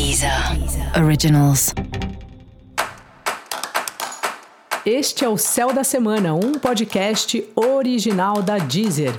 Deezer Originals. Este é o Céu da Semana, um podcast original da Deezer.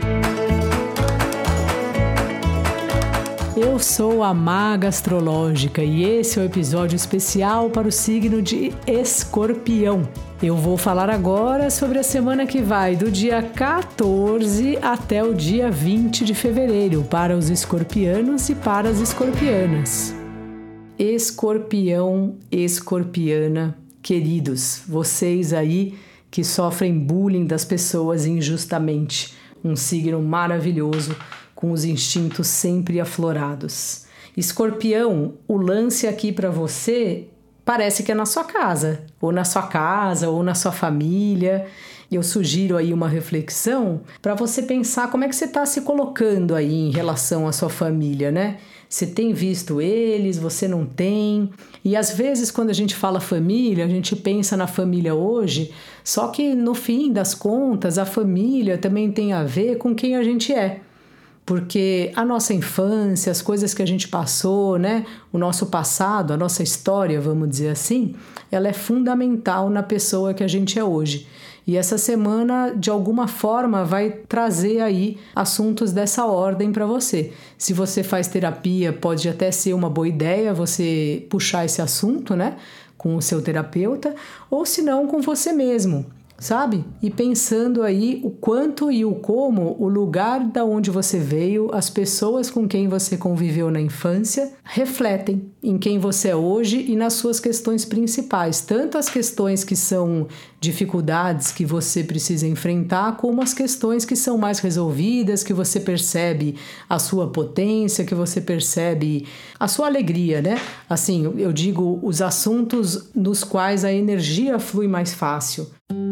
Eu sou a Maga Astrológica e esse é o episódio especial para o signo de Escorpião. Eu vou falar agora sobre a semana que vai do dia 14 até o dia 20 de fevereiro para os escorpianos e para as escorpianas. Escorpião, escorpiana, queridos, vocês aí que sofrem bullying das pessoas injustamente, um signo maravilhoso, com os instintos sempre aflorados. Escorpião, o lance aqui para você parece que é na sua casa, ou na sua família. Eu sugiro aí uma reflexão para você pensar como é que você está se colocando aí em relação à sua família, né? Você tem visto eles, você não tem. E às vezes quando a gente fala família, a gente pensa na família hoje, só que no fim das contas a família também tem a ver com quem a gente é. Porque a nossa infância, as coisas que a gente passou, né? O nosso passado, a nossa história, vamos dizer assim, ela é fundamental na pessoa que a gente é hoje. E essa semana, de alguma forma, vai trazer aí assuntos dessa ordem para você. Se você faz terapia, pode até ser uma boa ideia você puxar esse assunto, né? Com o seu terapeuta, ou se não, com você mesmo. Sabe? E pensando aí o quanto e o como o lugar da onde você veio, as pessoas com quem você conviveu na infância, refletem em quem você é hoje e nas suas questões principais. Tanto as questões que são dificuldades que você precisa enfrentar, como as questões que são mais resolvidas, que você percebe a sua potência, que você percebe a sua alegria, né? Assim, eu digo os assuntos nos quais a energia flui mais fácil.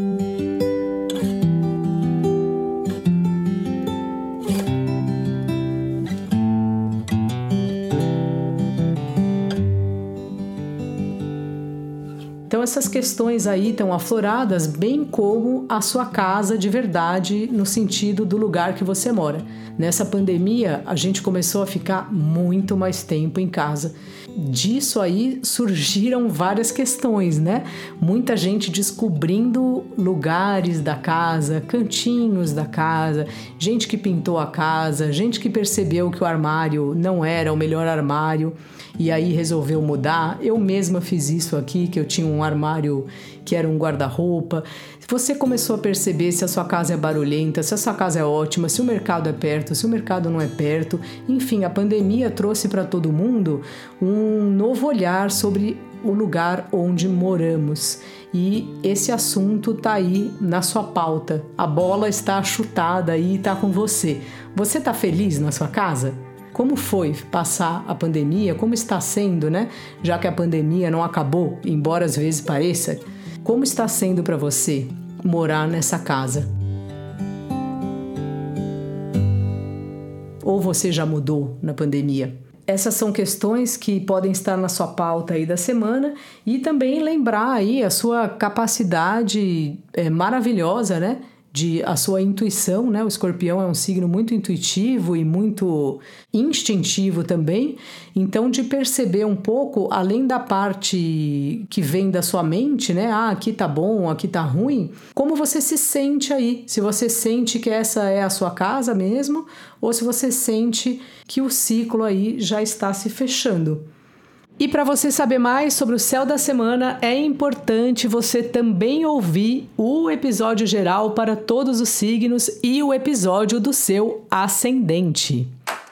Então essas questões aí estão afloradas, bem como a sua casa de verdade, no sentido do lugar que você mora. Nessa pandemia, a gente começou a ficar muito mais tempo em casa. Disso aí surgiram várias questões, né? Muita gente descobrindo lugares da casa, cantinhos da casa, gente que pintou a casa, gente que percebeu que o armário não era o melhor armário e aí resolveu mudar. Eu mesma fiz isso aqui, que eu tinha um armário que era um guarda-roupa. Você começou a perceber se a sua casa é barulhenta, se a sua casa é ótima, se o mercado é perto, se o mercado não é perto. Enfim, a pandemia trouxe para todo mundo um novo olhar sobre o lugar onde moramos. E esse assunto está aí na sua pauta. A bola está chutada aí e está com você. Você está feliz na sua casa? Como foi passar a pandemia? Como está sendo, né? Já que a pandemia não acabou, embora às vezes pareça. Como está sendo para você morar nessa casa? Ou você já mudou na pandemia? Essas são questões que podem estar na sua pauta aí da semana e também lembrar aí a sua capacidade maravilhosa, né? A sua intuição, né? O escorpião é um signo muito intuitivo e muito instintivo também, então de perceber um pouco, além da parte que vem da sua mente, né? Aqui tá bom, aqui tá ruim, como você se sente aí, se você sente que essa é a sua casa mesmo, ou se você sente que o ciclo aí já está se fechando. E para você saber mais sobre o céu da semana, é importante você também ouvir o episódio geral para todos os signos e o episódio do seu ascendente.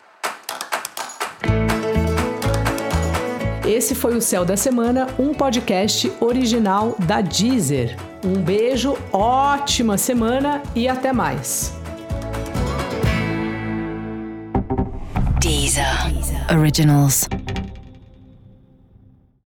Esse foi o Céu da Semana, um podcast original da Deezer. Um beijo, ótima semana e até mais. Deezer Originals.